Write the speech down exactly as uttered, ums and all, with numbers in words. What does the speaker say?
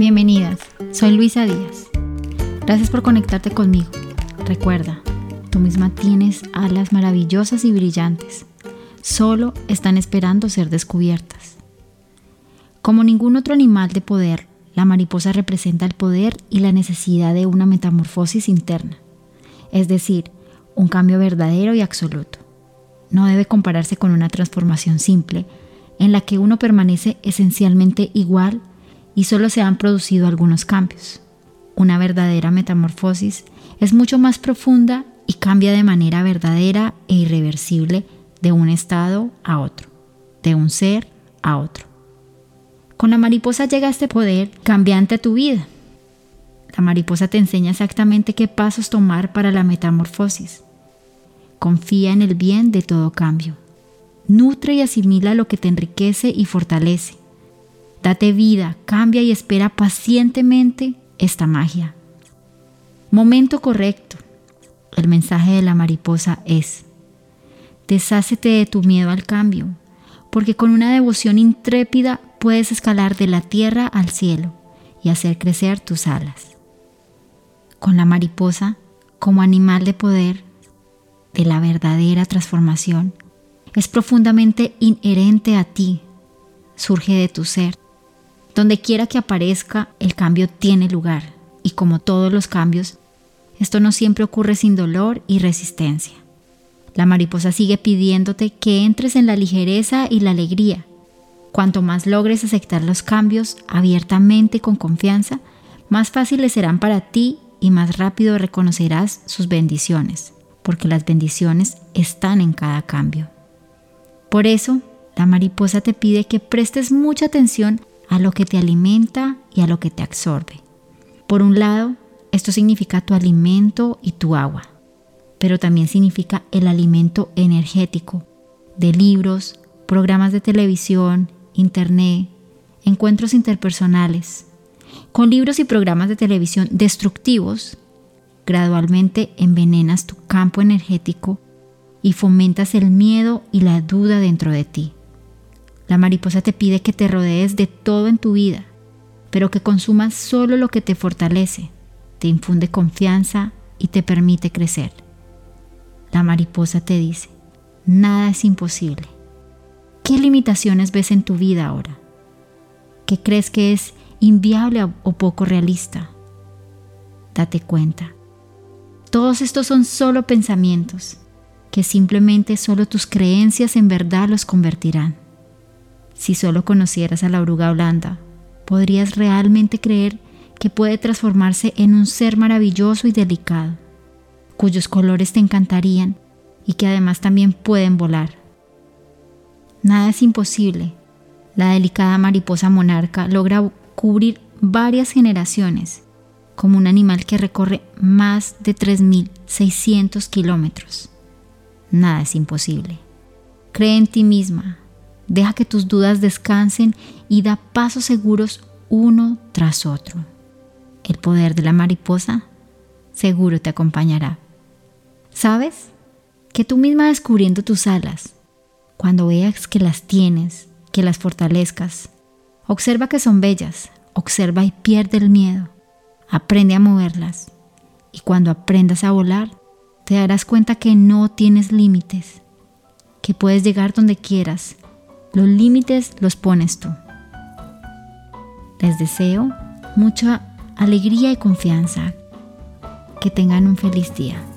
Bienvenidas, soy Luisa Díaz. Gracias por conectarte conmigo. Recuerda, tú misma tienes alas maravillosas y brillantes. Solo están esperando ser descubiertas. Como ningún otro animal de poder, la mariposa representa el poder y la necesidad de una metamorfosis interna, es decir, un cambio verdadero y absoluto. No debe compararse con una transformación simple, en la que uno permanece esencialmente igual y solo se han producido algunos cambios. Una verdadera metamorfosis es mucho más profunda y cambia de manera verdadera e irreversible de un estado a otro, de un ser a otro. Con la mariposa llega este poder cambiante a tu vida. La mariposa te enseña exactamente qué pasos tomar para la metamorfosis. Confía en el bien de todo cambio. Nutre y asimila lo que te enriquece y fortalece. Date vida, cambia y espera pacientemente esta magia. Momento correcto. El mensaje de la mariposa es: deshácete de tu miedo al cambio, porque con una devoción intrépida puedes escalar de la tierra al cielo y hacer crecer tus alas. Con la mariposa, como animal de poder, de la verdadera transformación, es profundamente inherente a ti, surge de tu ser. Donde quiera que aparezca, el cambio tiene lugar, y como todos los cambios, esto no siempre ocurre sin dolor y resistencia. La mariposa sigue pidiéndote que entres en la ligereza y la alegría. Cuanto más logres aceptar los cambios abiertamente y con confianza, más fáciles serán para ti y más rápido reconocerás sus bendiciones, porque las bendiciones están en cada cambio. Por eso, la mariposa te pide que prestes mucha atención a lo que te alimenta y a lo que te absorbe. Por un lado, esto significa tu alimento y tu agua, pero también significa el alimento energético de libros, programas de televisión, internet, encuentros interpersonales. Con libros y programas de televisión destructivos, gradualmente envenenas tu campo energético y fomentas el miedo y la duda dentro de ti. La mariposa te pide que te rodees de todo en tu vida, pero que consumas solo lo que te fortalece, te infunde confianza y te permite crecer. La mariposa te dice: nada es imposible. ¿Qué limitaciones ves en tu vida ahora? ¿Qué crees que es inviable o poco realista? Date cuenta. Todos estos son solo pensamientos, que simplemente solo tus creencias en verdad los convertirán. Si solo conocieras a la oruga blanda, podrías realmente creer que puede transformarse en un ser maravilloso y delicado, cuyos colores te encantarían y que además también pueden volar. Nada es imposible. La delicada mariposa monarca logra cubrir varias generaciones, como un animal que recorre más de tres mil seiscientos kilómetros. Nada es imposible. Cree en ti misma. Deja que tus dudas descansen y da pasos seguros uno tras otro. El poder de la mariposa seguro te acompañará. ¿Sabes? Que tú misma descubriendo tus alas, cuando veas que las tienes, que las fortalezcas, observa que son bellas, observa y pierde el miedo, aprende a moverlas. Y cuando aprendas a volar, te darás cuenta que no tienes límites, que puedes llegar donde quieras. Los límites los pones tú. Les deseo mucha alegría y confianza. Que tengan un feliz día.